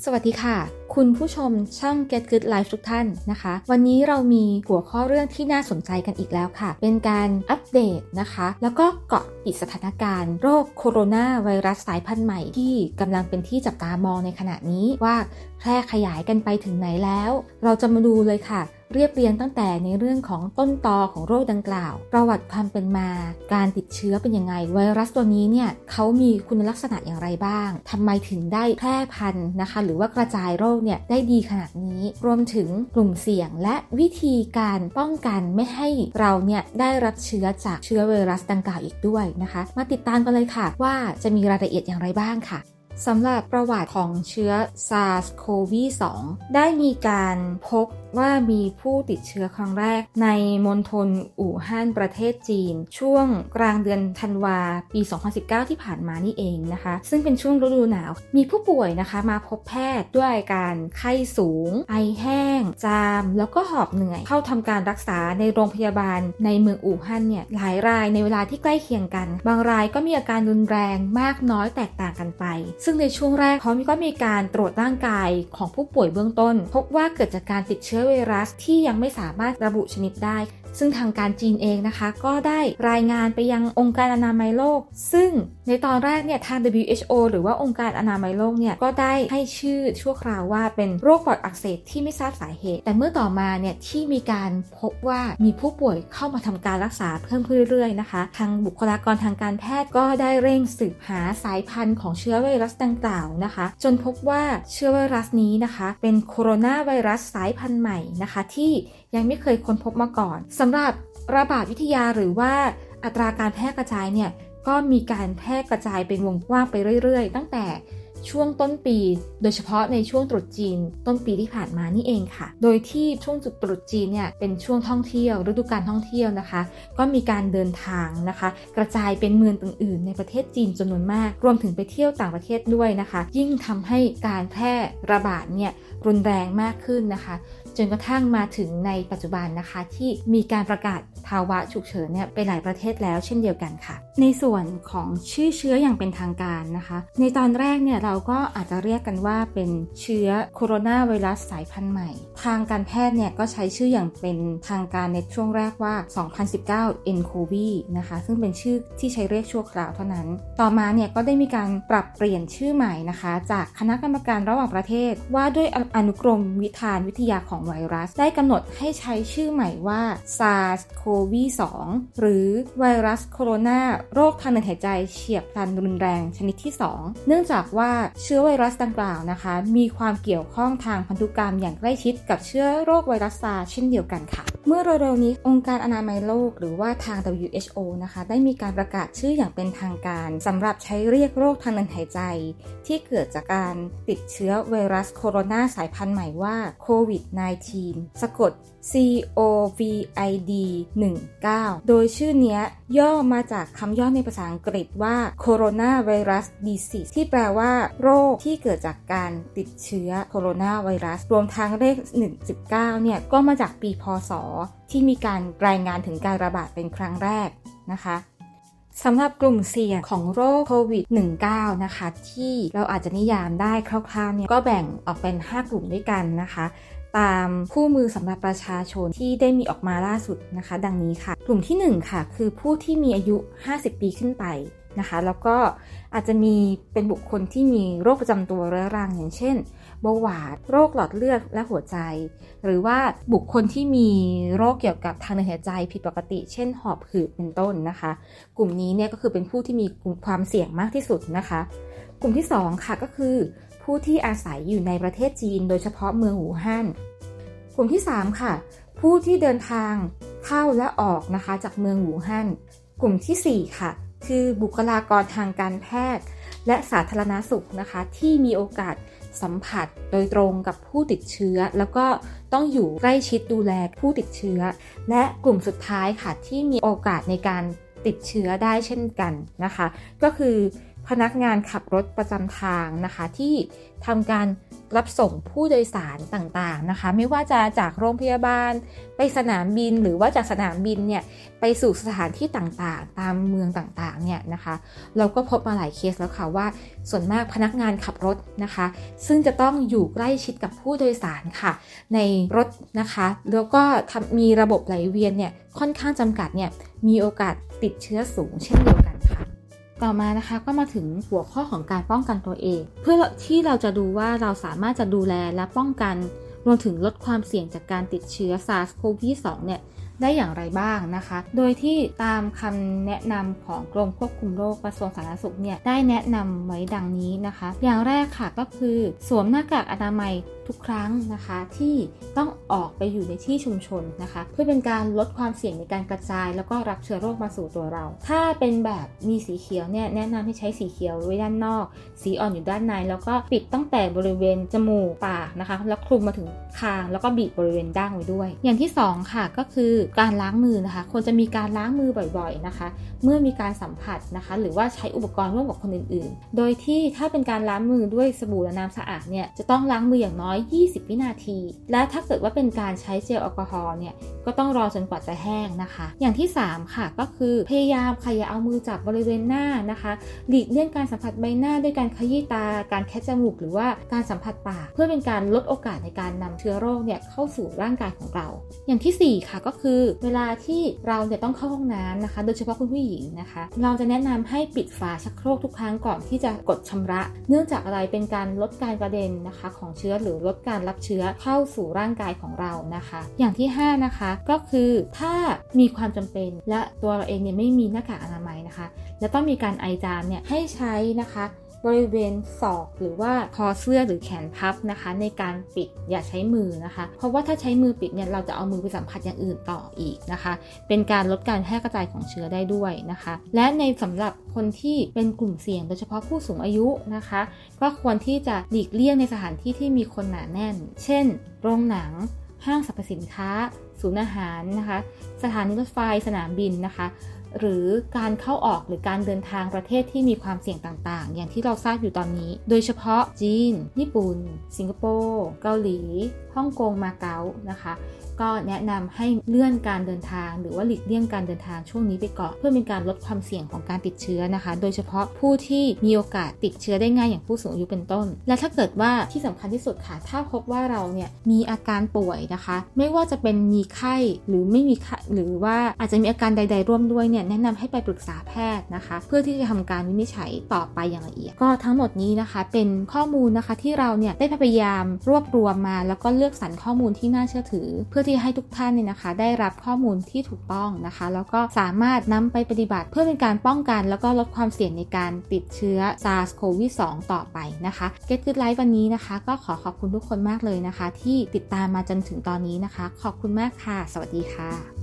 สวัสดีค่ะคุณผู้ชมช่อง Get Good Life ทุกท่านนะคะวันนี้เรามีหัวข้อเรื่องที่น่าสนใจกันอีกแล้วค่ะเป็นการอัปเดตนะคะแล้วก็เกาะติดสถานการณ์โรคโคโรนาไวรัสสายพันธุ์ใหม่ที่กำลังเป็นที่จับตามองในขณะนี้ว่าแพร่ขยายกันไปถึงไหนแล้วเราจะมาดูเลยค่ะเรียบเรียงตั้งแต่ในเรื่องของต้นตอของโรคดังกล่าวประวัติความเป็นมาการติดเชื้อเป็นยังไงไวรัสตัวนี้เนี่ยเขามีคุณลักษณะอย่างไรบ้างทำไมถึงได้แพร่พันธุ์นะคะหรือว่ากระจายโรคเนี่ยได้ดีขนาดนี้รวมถึงกลุ่มเสี่ยงและวิธีการป้องกันไม่ให้เราเนี่ยได้รับเชื้อจากเชื้อไวรัสดังกล่าวอีกด้วยนะคะมาติดตามกันเลยค่ะว่าจะมีรายละเอียดอย่างไรบ้างค่ะสำหรับประวัติของเชื้อ SARS-CoV-2 ได้มีการพบว่ามีผู้ติดเชื้อครั้งแรกในมณฑลอู่ฮั่นประเทศจีนช่วงกลางเดือนธันวาปี 2019 ที่ผ่านมานี่เองนะคะซึ่งเป็นช่วงฤดูหนาวมีผู้ป่วยนะคะมาพบแพทย์ด้วยอาการไข้สูงไอแห้งจามแล้วก็หอบเหนื่อยเข้าทำการรักษาในโรงพยาบาลในเมืองอู่ฮั่นเนี่ยหลายรายในเวลาที่ใกล้เคียงกันบางรายก็มีอาการรุนแรงมากน้อยแตกต่างกันไปซึ่งในช่วงแรกเขาก็มีการตรวจร่างกายของผู้ป่วยเบื้องต้นพบว่าเกิดจากการติดเชื้อไวรัสที่ยังไม่สามารถระบุชนิดได้ซึ่งทางการจีนเองนะคะก็ได้รายงานไปยังองค์การอนามัยโลกซึ่งในตอนแรกเนี่ยทาง WHO หรือว่าองค์การอนามัยโลกเนี่ยก็ได้ให้ชื่อชั่วคราวว่าเป็นโรคปอดอักเสบที่ไม่ทราบสาเหตุแต่เมื่อต่อมาเนี่ยที่มีการพบว่ามีผู้ป่วยเข้ามาทำการรักษาเพิ่มขึ้นเรื่อยๆนะคะทางบุคลากรทางการแพทย์ก็ได้เร่งสืบหาสายพันธุ์ของเชื้อไวรัสดังกล่าวนะคะจนพบว่าเชื้อไวรัสนี้นะคะเป็นโคโรนาไวรัสสายพันธุ์ใหม่นะคะที่ยังไม่เคยค้นพบมาก่อนสำหรับระบาดวิทยาหรือว่าอัตราการแพร่กระจายเนี่ยก็มีการแพร่กระจายเป็นวงกว้างไปเรื่อยๆตั้งแต่ช่วงต้นปีโดยเฉพาะในช่วงตรุษจีนต้นปีที่ผ่านมานี่เองค่ะโดยที่ช่วงจุดตรุษจีนเนี่ยเป็นช่วงท่องเที่ยวฤดูกาลท่องเที่ยวนะคะก็มีการเดินทางนะคะกระจายเป็นเมืองอื่นๆในประเทศจีนจำนวนมากรวมถึงไปเที่ยวต่างประเทศด้วยนะคะยิ่งทำให้การแพร่ระบาดเนี่ยรุนแรงมากขึ้นนะคะจนกระทั่งมาถึงในปัจจุบันนะคะที่มีการประกาศภาวะฉุกเฉินเนี่ยไปหลายประเทศแล้วเช่นเดียวกันค่ะในส่วนของชื่อเชื้ออย่างเป็นทางการนะคะในตอนแรกเนี่ยเราก็อาจจะเรียกกันว่าเป็นเชื้อโคโรนาไวรัสสายพันธุ์ใหม่ทางการแพทย์เนี่ยก็ใช้ชื่ออย่างเป็นทางการในช่วงแรกว่า 2019 nCoV นะคะซึ่งเป็นชื่อที่ใช้เรียกชั่วคราวเท่านั้นต่อมาเนี่ยก็ได้มีการปรับเปลี่ยนชื่อใหม่นะคะจากคณะกรรมการระหว่างประเทศว่าด้วยอนุกรมวิทยาของไวรัสได้กำหนดให้ใช้ชื่อใหม่ว่า SARS-CoV-2 หรือไวรัสโคโรนาโรคทางเดินหายใจเฉียบพลันรุนแรงชนิดที่ 2 เนื่องจากว่าเชื้อไวรัสดังกล่าวนะคะมีความเกี่ยวข้องทางพันธุกรรมอย่างใกล้ชิดกับเชื้อโรคไวรัสซาร์เช่นเดียวกันค่ะเมื่อเร็วๆนี้องค์การอนามัยโลกหรือว่าทาง WHO นะคะได้มีการประกาศชื่ออย่างเป็นทางการสำหรับใช้เรียกโรคทางเดินหายใจที่เกิดจากการติดเชื้อไวรัสโคโรนาสายพันธุ์ใหม่ว่าโควิด -19 สะกด COVID-19 โดยชื่อเนี้ยย่อมาจากคำย่อในภาษาอังกฤษว่า Coronavirus Disease ที่แปลว่าโรคที่เกิดจากการติดเชื้อโคโรนาไวรัสรวมทั้งเลข19เนี่ยก็มาจากปีพ.ศ. ที่มีการรายงานถึงการระบาดเป็นครั้งแรกนะคะสำหรับกลุ่มเสี่ยงของโรคโควิด -19 นะคะที่เราอาจจะนิยามได้คร่าวๆเนี่ยก็แบ่งออกเป็น5กลุ่มด้วยกันนะคะตามคู่มือสำหรับประชาชนที่ได้มีออกมาล่าสุดนะคะดังนี้ค่ะกลุ่มที่1ค่ะคือผู้ที่มีอายุ50 ปีขึ้นไปนะคะแล้วก็อาจจะมีเป็นบุคคลที่มีโรคประจำตัวเรื้อรังอย่างเช่นเบาหวานโรคหลอดเลือดและหัวใจหรือว่าบุคคลที่มีโรคเกี่ยวกับทางเดินหายใจผิดปกติเช่นหอบหืดเป็นต้นนะคะกลุ่มนี้เนี่ยก็คือเป็นผู้ที่มีความเสี่ยงมากที่สุดนะคะกลุ่มที่2ค่ะก็คือผู้ที่อาศัยอยู่ในประเทศจีนโดยเฉพาะเมืองอู่ฮั่นกลุ่มที่3ค่ะผู้ที่เดินทางเข้าและออกนะคะจากเมืองอู่ฮั่นกลุ่มที่4ค่ะคือบุคลากรทางการแพทย์และสาธารณสุขนะคะที่มีโอกาสสัมผัสโดยตรงกับผู้ติดเชื้อแล้วก็ต้องอยู่ใกล้ชิดดูแลผู้ติดเชื้อและกลุ่มสุดท้ายค่ะที่มีโอกาสในการติดเชื้อได้เช่นกันนะคะก็คือพนักงานขับรถประจำทางนะคะที่ทำการรับส่งผู้โดยสารต่างๆนะคะไม่ว่าจะจากโรงพยาบาลไปสนามบินหรือว่าจากสนามบินเนี่ยไปสู่สถานที่ต่างๆตามเมืองต่างๆเนี่ยนะคะเราก็พบมาหลายเคสแล้วค่ะว่าส่วนมากพนักงานขับรถนะคะซึ่งจะต้องอยู่ใกล้ชิดกับผู้โดยสารค่ะในรถนะคะแล้วก็มีระบบไหลเวียนเนี่ยค่อนข้างจำกัดเนี่ยมีโอกาสติดเชื้อสูงเช่นเดียวกันค่ะต่อมานะคะก็มาถึงหัวข้อของการป้องกันตัวเองเพื่อที่เราจะดูว่าเราสามารถจะดูแลและป้องกันรวมถึงลดความเสี่ยงจากการติดเชื้อ SARS-CoV-2 เนี่ยได้อย่างไรบ้างนะคะโดยที่ตามคำแนะนำของกรมควบคุมโรคกระทรวงสาธารณสุขเนี่ยได้แนะนำไว้ดังนี้นะคะอย่างแรกค่ะก็คือสวมหน้ากากอนามัยทุกครั้งนะคะที่ต้องออกไปอยู่ในที่ชุมชนนะคะเพื่อเป็นการลดความเสี่ยงในการกระจายแล้วก็รับเชื้อโรคมาสู่ตัวเราถ้าเป็นแบบมีสีเขียวเนี่ยแนะนำให้ใช้สีเขียวไว้ด้านนอกสีอ่อนอยู่ด้านในแล้วก็ปิดตั้งแต่บริเวณจมูกปากนะคะแล้วคลุมมาถึงคางแล้วก็บีบบริเวณดั้งไว้ด้วยอย่างที่2ค่ะก็คือการล้างมือนะคะควรจะมีการล้างมือบ่อยๆนะคะเมื่อมีการสัมผัสนะคะหรือว่าใช้อุปกรณ์ร่วมกับคนอื่นๆโดยที่ถ้าเป็นการล้างมือด้วยสบู่และน้ำสะอาดเนี่ยจะต้องล้างมืออย่างน้อย20วินาทีและถ้าเกิดว่าเป็นการใช้เจลแอลกอฮอล์เนี่ยก็ต้องรอจนกว่าจะแห้งนะคะอย่างที่3ค่ะก็คือพยายามอย่าเอามือจับบริเวณหน้านะคะหลีกเลี่ยงการสัมผัสใบหน้าด้วยการขยี้ตาการแคะจมูกหรือว่าการสัมผัสปากเพื่อเป็นการลดโอกาสในการนำเชื้อโรคเนี่ยเข้าสู่ร่างกายของเราอย่างที่4ค่ะก็คือเวลาที่เราเนี่ยต้องเข้าห้องน้ำนะคะโดยเฉพาะคุณผู้หญิงนะคะเราจะแนะนำให้ปิดฝาชักโครกทุกครั้งก่อนที่จะกดชำระเนื่องจากอะไรเป็นการลดการกระเด็นนะคะของเชื้อหรือลดการรับเชื้อเข้าสู่ร่างกายของเรานะคะอย่างที่5นะคะก็คือถ้ามีความจำเป็นและตัวเราเองเนี่ยไม่มีหน้ากากอนามัยนะคะและต้องมีการไอจามเนี่ยให้ใช้นะคะบริเวณศอกหรือว่าคอเสื้อหรือแขนพับนะคะในการปิดอย่าใช้มือนะคะเพราะว่าถ้าใช้มือปิดเนี่ยเราจะเอามือไปสัมผัสอย่างอื่นต่ออีกนะคะเป็นการลดการแพร่กระจายของเชื้อได้ด้วยนะคะและในสำหรับคนที่เป็นกลุ่มเสี่ยงโดยเฉพาะผู้สูงอายุนะคะก็ควรที่จะหลีกเลี่ยงในสถานที่ที่มีคนหนาแน่นเช่นโรงหนังห้างสรรพสินค้าศูนย์อาหารนะคะสถานีรถไฟสนามบินนะคะหรือการเข้าออกหรือการเดินทางประเทศที่มีความเสี่ยงต่างๆอย่างที่เราทราบอยู่ตอนนี้โดยเฉพาะจีนญี่ปุ่นสิงคโปร์เกาหลีฮ่องกงมาเก๊านะคะก็แนะนำให้เลื่อนการเดินทางหรือว่าหลีกเลี่ยงการเดินทางช่วงนี้ไปก่อนเพื่อเป็นการลดความเสี่ยงของการติดเชื้อนะคะโดยเฉพาะผู้ที่มีโอกาสติดเชื้อได้ง่ายอย่างผู้สูงอายุเป็นต้นและถ้าเกิดว่าที่สำคัญที่สุดค่ะถ้าพบว่าเราเนี่ยมีอาการป่วยนะคะไม่ว่าจะเป็นมีไข้หรือไม่มีไข้หรือว่าอาจจะมีอาการใดๆร่วมด้วยเนี่ยแนะนำให้ไปปรึกษาแพทย์นะคะเพื่อที่จะทำการวินิจฉัยต่อไปอย่างละเอียดก็ทั้งหมดนี้นะคะเป็นข้อมูลนะคะที่เราเนี่ยได้พยายามรวบรวมมาแล้วก็เลือกสรรข้อมูลที่น่าเชื่อถือเพื่อที่ให้ทุกท่านเนี่ยนะคะได้รับข้อมูลที่ถูกต้องนะคะแล้วก็สามารถนำไปปฏิบัติเพื่อเป็นการป้องกันแล้วก็ลดความเสี่ยงในการติดเชื้อ SARS-CoV-2 ต่อไปนะคะ Get Good Life วันนี้นะคะก็ขอบคุณทุกคนมากเลยนะคะที่ติดตามมาจนถึงตอนนี้นะคะขอบคุณมากค่ะสวัสดีค่ะ